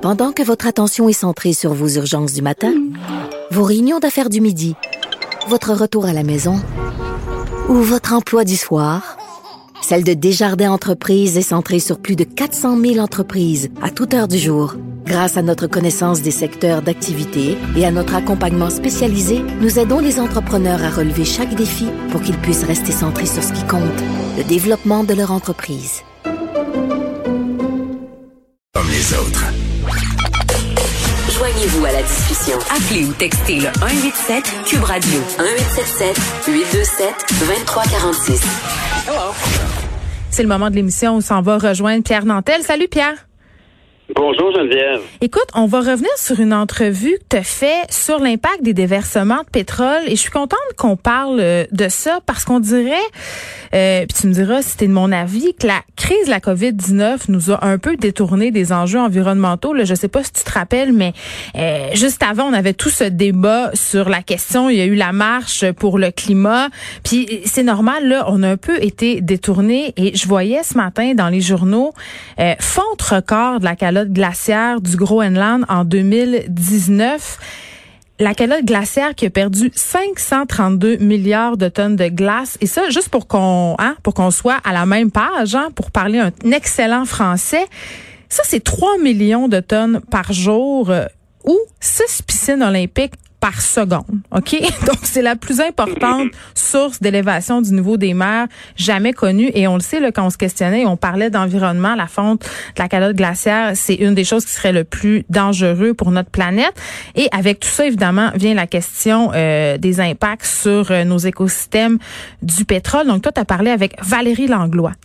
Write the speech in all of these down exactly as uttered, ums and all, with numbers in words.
Pendant que votre attention est centrée sur vos urgences du matin, vos réunions d'affaires du midi, votre retour à la maison ou votre emploi du soir, celle de Desjardins Entreprises est centrée sur plus de quatre cent mille entreprises à toute heure du jour. Grâce à notre connaissance des secteurs d'activité et à notre accompagnement spécialisé, nous aidons les entrepreneurs à relever chaque défi pour qu'ils puissent rester centrés sur ce qui compte, le développement de leur entreprise. Comme les autres. Joignez-vous à la discussion. Appelez ou textez le un huit sept Cube Radio un huit sept sept huit deux sept deux trois quatre six. Hello. C'est le moment de l'émission où on s'en va rejoindre Pierre Nantel. Salut Pierre. Bonjour Geneviève. Écoute, on va revenir sur une entrevue que tu as fait sur l'impact des déversements de pétrole et je suis contente qu'on parle de ça parce qu'on dirait, euh, puis tu me diras si t'es de mon avis, que la crise de la covid dix-neuf nous a un peu détourné des enjeux environnementaux. Là, je sais pas si tu te rappelles, mais euh, juste avant, on avait tout ce débat sur la question. Il y a eu la marche pour le climat, puis c'est normal, là, on a un peu été détourné et je voyais ce matin dans les journaux euh, fonte record de la calotte glaciaire du Groenland en deux mille dix-neuf. La calotte glaciaire qui a perdu cinq cent trente-deux milliards de tonnes de glace. Et ça, juste pour qu'on, hein, pour qu'on soit à la même page, hein, pour parler un excellent français. Ça, c'est trois millions de tonnes par jour euh, ou six piscines olympiques par seconde, OK? Donc, c'est la plus importante source d'élévation du niveau des mers jamais connue. Et on le sait, là, quand on se questionnait, on parlait d'environnement, la fonte de la calotte glaciaire, c'est une des choses qui serait le plus dangereux pour notre planète. Et avec tout ça, évidemment, vient la question euh, des impacts sur euh, nos écosystèmes du pétrole. Donc, toi, tu as parlé avec Valérie Langlois.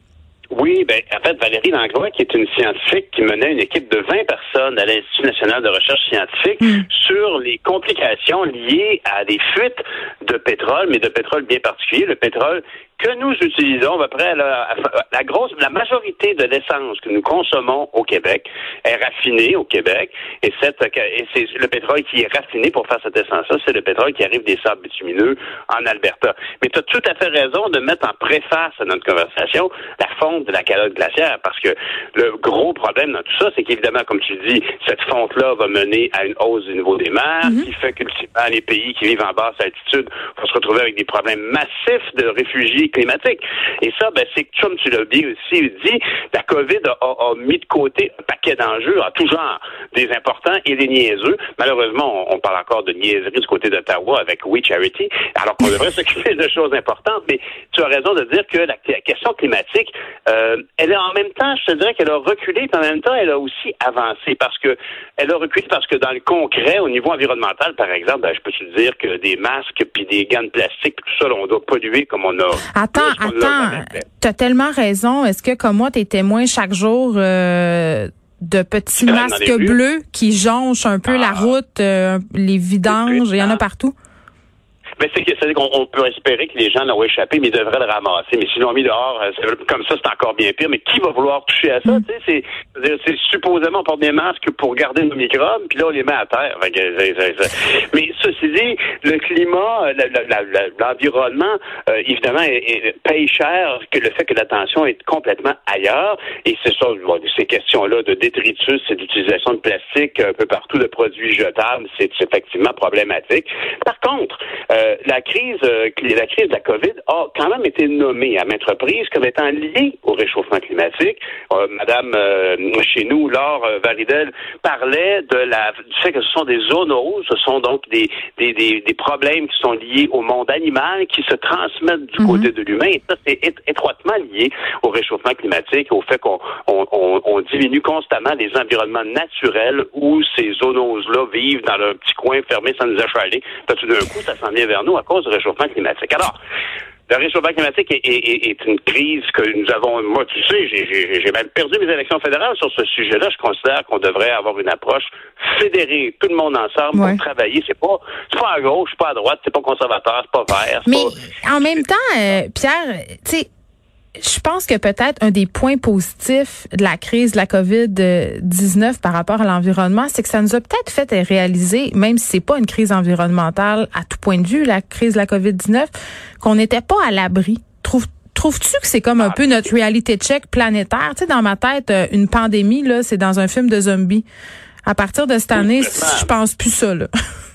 Oui, ben en fait, Valérie Langlois, qui est une scientifique qui menait une équipe de vingt personnes à l'Institut national de recherche scientifique mmh. sur les complications liées à des fuites de pétrole, mais de pétrole bien particulier, le pétrole que nous utilisons à peu près la, la grosse, la majorité de l'essence que nous consommons au Québec est raffinée au Québec et, cette, et c'est le pétrole qui est raffiné pour faire cette essence-là, c'est le pétrole qui arrive des sables bitumineux en Alberta. Mais tu as tout à fait raison de mettre en préface à notre conversation la fonte de la calotte glaciaire parce que le gros problème dans tout ça, c'est qu'évidemment, comme tu dis, cette fonte-là va mener à une hausse du niveau des mers mm-hmm. qui fait qu'ultimement, les pays qui vivent en basse altitude vont se retrouver avec des problèmes massifs de réfugiés climatique. Et ça, ben, c'est comme tu l'as bien aussi dit, la COVID a, a, a mis de côté un paquet d'enjeux en tout genre, des importants et des niaiseux. Malheureusement, on, on parle encore de niaiseries du côté d'Ottawa avec We Charity, alors qu'on devrait s'occuper de choses importantes, mais tu as raison de dire que la, la question climatique, euh, elle est en même temps, je te dirais qu'elle a reculé, puis en même temps, elle a aussi avancé, parce que elle a reculé parce que dans le concret, au niveau environnemental, par exemple, ben, je peux te dire que des masques puis des gants de plastique, tout ça, là, on doit polluer comme on a Attends, attends, t'as tellement raison. Est-ce que, comme moi, t'es témoin chaque jour euh, de petits masques bleus qui jonchent un peu ah. la route, euh, les vidanges, il y en a partout? Mais c'est, que, c'est qu'on on peut espérer que les gens l'ont échappé, mais ils devraient le ramasser. Mais s'ils l'ont mis dehors, c'est, comme ça, c'est encore bien pire. Mais qui va vouloir toucher à ça? Mm. Tu sais, c'est, c'est, c'est supposément on porte des masques pour garder nos microbes, puis là, on les met à terre. Fait que, c'est, c'est, c'est. Mais ceci dit, le climat, la, la, la, l'environnement, euh, évidemment, est, est, paye cher que le fait que l'attention est complètement ailleurs. Et c'est ça, bon, ces questions-là de détritus et d'utilisation de plastique un peu partout, de produits jetables, c'est, c'est effectivement problématique. Par contre, euh, la crise, euh, la crise de la COVID a quand même été nommée à maintes reprises comme étant liée au réchauffement climatique. Euh, Madame, euh, chez nous, Laure euh, Varidel, parlait de la, du fait que ce sont des zoonoses, ce sont donc des, des, des, des problèmes qui sont liés au monde animal, qui se transmettent du mm-hmm. côté de l'humain. Et ça, c'est étroitement lié au réchauffement climatique, au fait qu'on on, on, on diminue constamment les environnements naturels où ces zoonoses-là vivent dans leur petit coin fermé sans nous achaler. Puis tout d'un coup, ça s'en vient vers nous à cause du réchauffement climatique. Alors, le réchauffement climatique est, est, est une crise que nous avons, moi tu sais, j'ai, j'ai, j'ai même perdu mes élections fédérales sur ce sujet-là. Je considère qu'on devrait avoir une approche fédérée, tout le monde ensemble ouais. pour travailler. C'est pas, c'est pas à gauche, c'est pas à droite, c'est pas conservateur, c'est pas vert. C'est Mais pas, en même temps, euh, Pierre, tu sais, je pense que peut-être un des points positifs de la crise de la covid dix-neuf par rapport à l'environnement, c'est que ça nous a peut-être fait réaliser, même si c'est pas une crise environnementale à tout point de vue, la crise de la covid dix-neuf, qu'on n'était pas à l'abri. Trouve, trouves-tu que c'est comme un peu notre reality check planétaire? Tu sais, dans ma tête, une pandémie, là, c'est dans un film de zombies. À partir de cette année, je pense plus ça, là.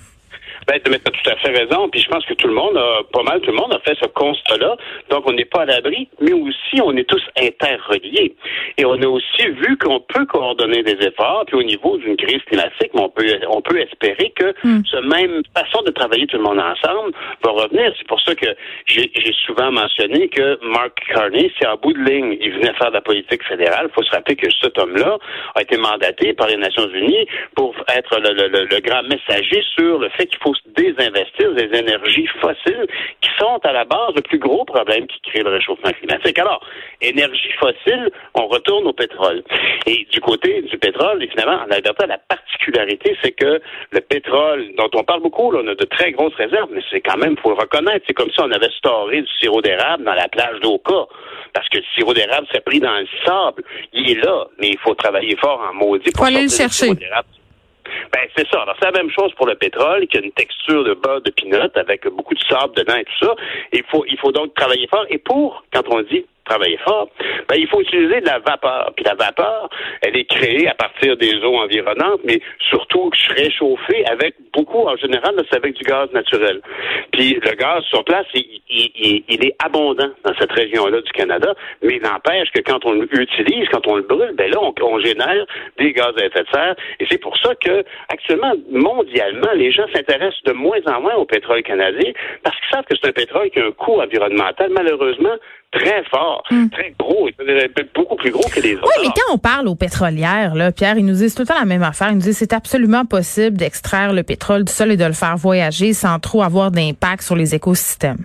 Ben, tu as tout à fait raison. Puis je pense que tout le monde, a, pas mal tout le monde a fait ce constat-là. Donc, on n'est pas à l'abri, mais aussi, on est tous interreliés. Et on a aussi vu qu'on peut coordonner des efforts. Puis au niveau d'une crise climatique, on peut, on peut espérer que mm. ce même façon de travailler tout le monde ensemble va revenir. C'est pour ça que j'ai, j'ai souvent mentionné que Mark Carney, c'est en bout de ligne, il venait faire de la politique fédérale. Il faut se rappeler que cet homme-là a été mandaté par les Nations Unies pour être le, le, le, le grand messager sur le fait qu'il faut désinvestir des énergies fossiles qui sont à la base le plus gros problème qui crée le réchauffement climatique. Alors, énergie fossile, on retourne au pétrole. Et du côté du pétrole, évidemment, en Alberta, la particularité, c'est que le pétrole, dont on parle beaucoup, là, on a de très grosses réserves, mais c'est quand même, faut le reconnaître, c'est comme si on avait storé du sirop d'érable dans la plage d'Oka. Parce que le sirop d'érable serait pris dans le sable. Il est là, mais il faut travailler fort en maudit pour faut aller le chercher. Ben, c'est ça. Alors, c'est la même chose pour le pétrole, qui a une texture de beurre de pinot avec beaucoup de sable dedans et tout ça. Il faut, il faut donc travailler fort. Et pour, quand on dit travailler fort, ben, il faut utiliser de la vapeur. Puis la vapeur, elle est créée à partir des eaux environnantes, mais surtout réchauffée avec beaucoup, en général, c'est avec du gaz naturel. Puis le gaz sur place, il, il, il est abondant dans cette région-là du Canada, mais il n'empêche que quand on l'utilise, quand on le brûle, ben là, on, on génère des gaz à effet de serre. Et c'est pour ça que, actuellement, mondialement, les gens s'intéressent de moins en moins au pétrole canadien parce qu'ils savent que c'est un pétrole qui a un coût environnemental, malheureusement, très fort, mm. très gros, beaucoup plus gros que les autres. Oui, mais quand on parle aux pétrolières, là, Pierre, ils nous disent tout le temps la même affaire. Ils nous disent que c'est absolument possible d'extraire le pétrole du sol et de le faire voyager sans trop avoir d'impact sur les écosystèmes.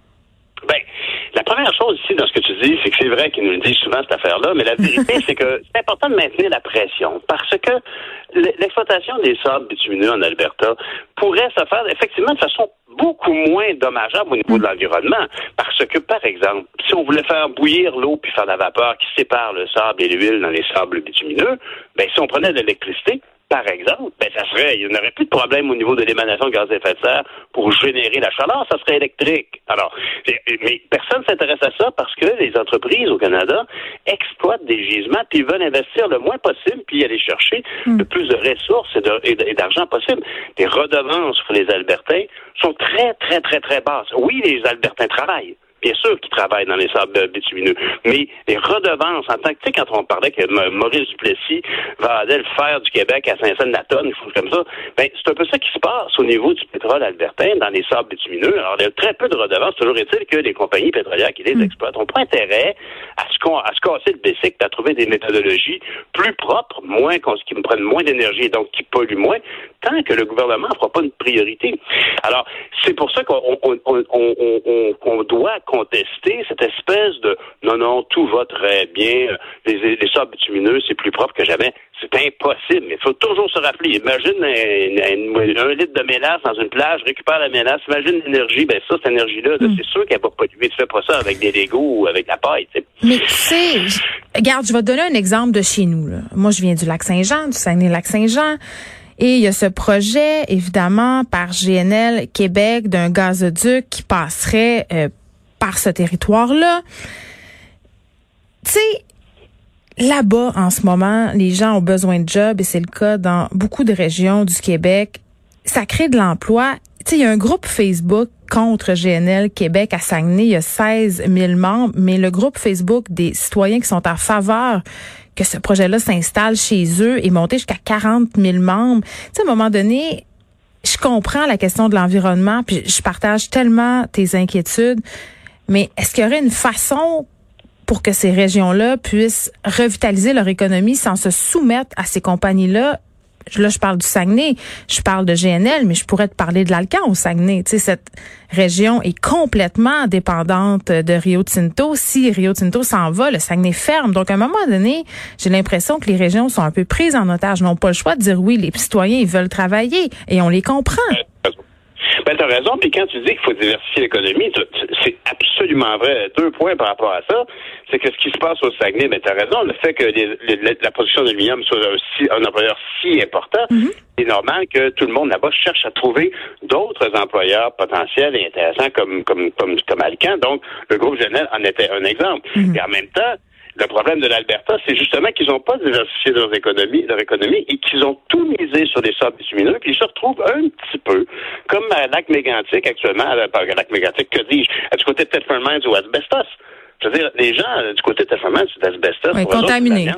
Ben, la première chose ici dans ce que tu dis, c'est que c'est vrai qu'ils nous le disent souvent cette affaire-là, mais la vérité, c'est que c'est important de maintenir la pression parce que l'exploitation des sables bitumineux en Alberta pourrait se faire effectivement de façon beaucoup moins dommageable au niveau de l'environnement. Parce que, par exemple, si on voulait faire bouillir l'eau puis faire de la vapeur qui sépare le sable et l'huile dans les sables bitumineux, ben si on prenait de l'électricité, par exemple, ben ça serait, il n'y aurait plus de problème au niveau de l'émanation de gaz à effet de serre pour générer la chaleur, ça serait électrique. Alors, mais personne ne s'intéresse à ça parce que les entreprises au Canada exploitent des gisements puis veulent investir le moins possible puis aller chercher mm. le plus de ressources et, de, et d'argent possible. Les redevances pour les Albertains sont très, très, très, très basses. Oui, les Albertains travaillent. Bien sûr qu'ils travaillent dans les sables bitumineux, mais les redevances, en tant que, tu sais, quand on parlait que Maurice Duplessis vendait le fer du Québec à Saint-Saëns-de-la-Tonne, des choses comme ça, ben, c'est un peu ça qui se passe au niveau du pétrole albertain dans les sables bitumineux. Alors, il y a très peu de redevances. Toujours est-il que les compagnies pétrolières qui les exploitent n'ont pas intérêt à se, à se casser le bicycle, à trouver des méthodologies plus propres, moins, qui me prennent moins d'énergie et donc qui polluent moins, tant que le gouvernement ne fera pas une priorité. Alors, c'est pour ça qu'on on, on, on, on, on doit contester cette espèce de non, non, tout va très bien, les, les sables bitumineux, c'est plus propre que jamais. C'est impossible, mais il faut toujours se rappeler. Imagine un, un, un litre de mélasse dans une plage, récupère la mélasse, imagine l'énergie, ben ça, cette énergie-là, mm. c'est sûr qu'elle va pas polluer. Tu fais pas ça avec des Legos ou avec la paille, tu sais. Mais tu sais, regarde, je vais te donner un exemple de chez nous, là. Moi, je viens du Lac-Saint-Jean, du Saguenay-Lac-Saint-Jean. Et il y a ce projet, évidemment, par G N L Québec, d'un gazoduc qui passerait euh, par ce territoire-là. Tu sais, là-bas, en ce moment, les gens ont besoin de jobs et c'est le cas dans beaucoup de régions du Québec. Ça crée de l'emploi. Tu sais, il y a un groupe Facebook contre G N L Québec à Saguenay. Il y a seize mille membres, mais le groupe Facebook des citoyens qui sont en faveur que ce projet-là s'installe chez eux est monté jusqu'à quarante mille membres. Tu sais, à un moment donné, je comprends la question de l'environnement, puis je partage tellement tes inquiétudes, mais est-ce qu'il y aurait une façon pour que ces régions-là puissent revitaliser leur économie sans se soumettre à ces compagnies-là? Là, je parle du Saguenay, je parle de G N L, mais je pourrais te parler de l'Alcan au Saguenay. Tu sais, cette région est complètement dépendante de Rio Tinto. Si Rio Tinto s'en va, le Saguenay ferme. Donc, à un moment donné, j'ai l'impression que les régions sont un peu prises en otage, n'ont pas le choix de dire oui, les citoyens, ils veulent travailler et on les comprend. Ben, t'as raison. Puis quand tu dis qu'il faut diversifier l'économie, c'est absolument vrai. Deux points par rapport à ça. C'est que ce qui se passe au Saguenay, ben, t'as raison. Le fait que les, les, la production d'aluminium soit un, un employeur si important, mm-hmm. c'est normal que tout le monde là-bas cherche à trouver d'autres employeurs potentiels et intéressants comme, comme, comme, comme Alcan. Donc, le groupe G N L en était un exemple. Mm-hmm. Et en même temps, le problème de l'Alberta, c'est justement qu'ils n'ont pas diversifié leur économie, leur économie et qu'ils ont tout misé sur des sables bitumineux, puis ils se retrouvent un petit peu comme à Lac Mégantic actuellement, à, pas à Lac Mégantic, que dis-je, du côté de Thetford Mines ou Asbestos. Je veux dire, les gens du côté de Thetford Mines ou d'Asbestos, oui, contaminés.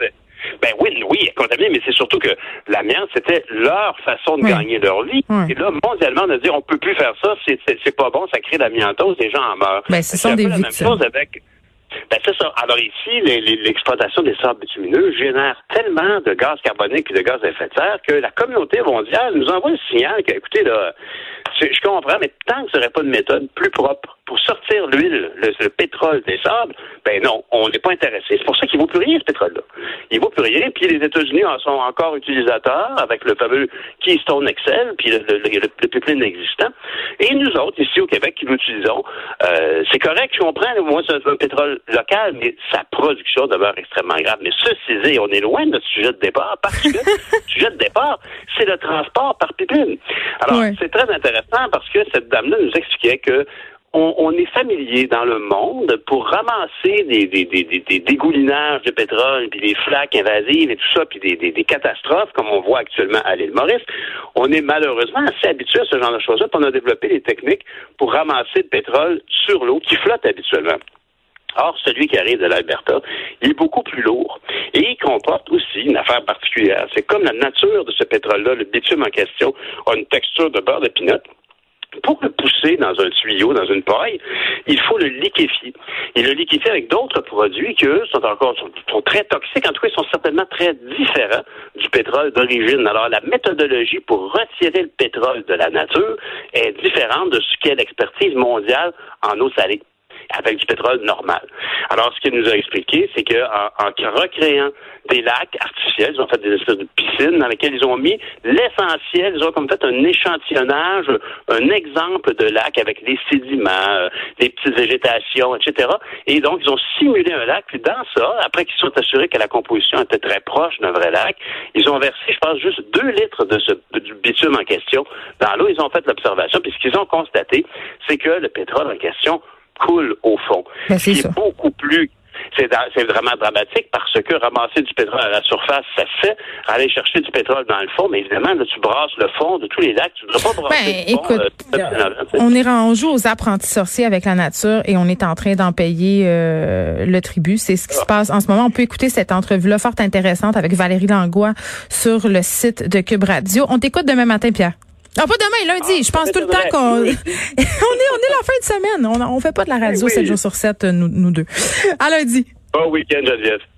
Ben oui, oui, contaminé, mais c'est surtout que l'amiante, c'était leur façon de oui. gagner leur vie. Oui. Et là, mondialement, on a dit, on peut plus faire ça, c'est, c'est, c'est pas bon, ça crée de l'amiantose, les gens en meurent. Ben, ce sont des victimes. C'est la même chose avec... Ben c'est ça. Alors ici, les, les, l'exploitation des sables bitumineux génère tellement de gaz carbonique et de gaz à effet de serre que la communauté mondiale nous envoie le signal que, écoutez, là, je, je comprends, mais tant que ce serait pas une méthode plus propre pour sortir l'huile, le, le pétrole des sables, ben non, on n'est pas intéressé. C'est pour ça qu'il vaut plus rien, ce pétrole-là. Il vaut plus rien, puis les États-Unis en sont encore utilisateurs avec le fameux Keystone X L, puis le, le, le, le pipeline existant. Et nous autres, ici au Québec, qui l'utilisons, euh, c'est correct, je comprends, moi, c'est un pétrole local, mais sa production demeure extrêmement grave. Mais ceci dit, on est loin de notre sujet de départ, parce que le sujet de départ, c'est le transport par pipeline. Alors, oui. c'est très intéressant parce que cette dame-là nous expliquait que On, on est familier dans le monde pour ramasser des, des, des, des, des dégoulinages de pétrole, puis des flaques invasives et tout ça, puis des, des, des catastrophes, comme on voit actuellement à l'île Maurice. On est malheureusement assez habitué à ce genre de choses-là, puis on a développé des techniques pour ramasser le pétrole sur l'eau qui flotte habituellement. Or, celui qui arrive de l'Alberta, il est beaucoup plus lourd. Et il comporte aussi une affaire particulière. C'est comme la nature de ce pétrole-là, le bitume en question, a une texture de beurre de pinot. Pour le pousser dans un tuyau, dans une paille, il faut le liquéfier. Et le liquéfier avec d'autres produits qui, eux, sont encore sont, sont très toxiques. En tout cas, ils sont certainement très différents du pétrole d'origine. Alors, la méthodologie pour retirer le pétrole de la nature est différente de ce qu'est l'expertise mondiale en eau salée, avec du pétrole normal. Alors, ce qu'il nous a expliqué, c'est qu'en en recréant des lacs artificiels, ils ont fait des espèces de piscines dans lesquelles ils ont mis l'essentiel, ils ont comme fait un échantillonnage, un exemple de lac avec les sédiments, les petites végétations, et cetera. Et donc, ils ont simulé un lac, puis dans ça, après qu'ils se sont assurés que la composition était très proche d'un vrai lac, ils ont versé, je pense, juste deux litres de ce, du bitume en question dans l'eau. Ils ont fait l'observation, puis ce qu'ils ont constaté, c'est que le pétrole en question coule au fond. Ben, c'est ce qui ça. est beaucoup plus... C'est, c'est vraiment dramatique parce que ramasser du pétrole à la surface, ça se fait. Aller chercher du pétrole dans le fond, mais évidemment, là, tu brasses le fond de tous les lacs. Tu ne dois pas brasser ben, le fond. Écoute, euh, on est on joue aux apprentis sorciers avec la nature et on est en train d'en payer euh, le tribut. C'est ce qui ah. se passe en ce moment. On peut écouter cette entrevue-là fort intéressante avec Valérie Langlois sur le site de Cube Radio. On t'écoute demain matin, Pierre. Non, pas demain, lundi. Ah, je pense tout le temps qu'on... Oui. on est on est la fin de semaine. On, on fait pas de la radio oui, oui. sept jours sur sept, nous, nous deux. À lundi. Bon week-end, Geneviève.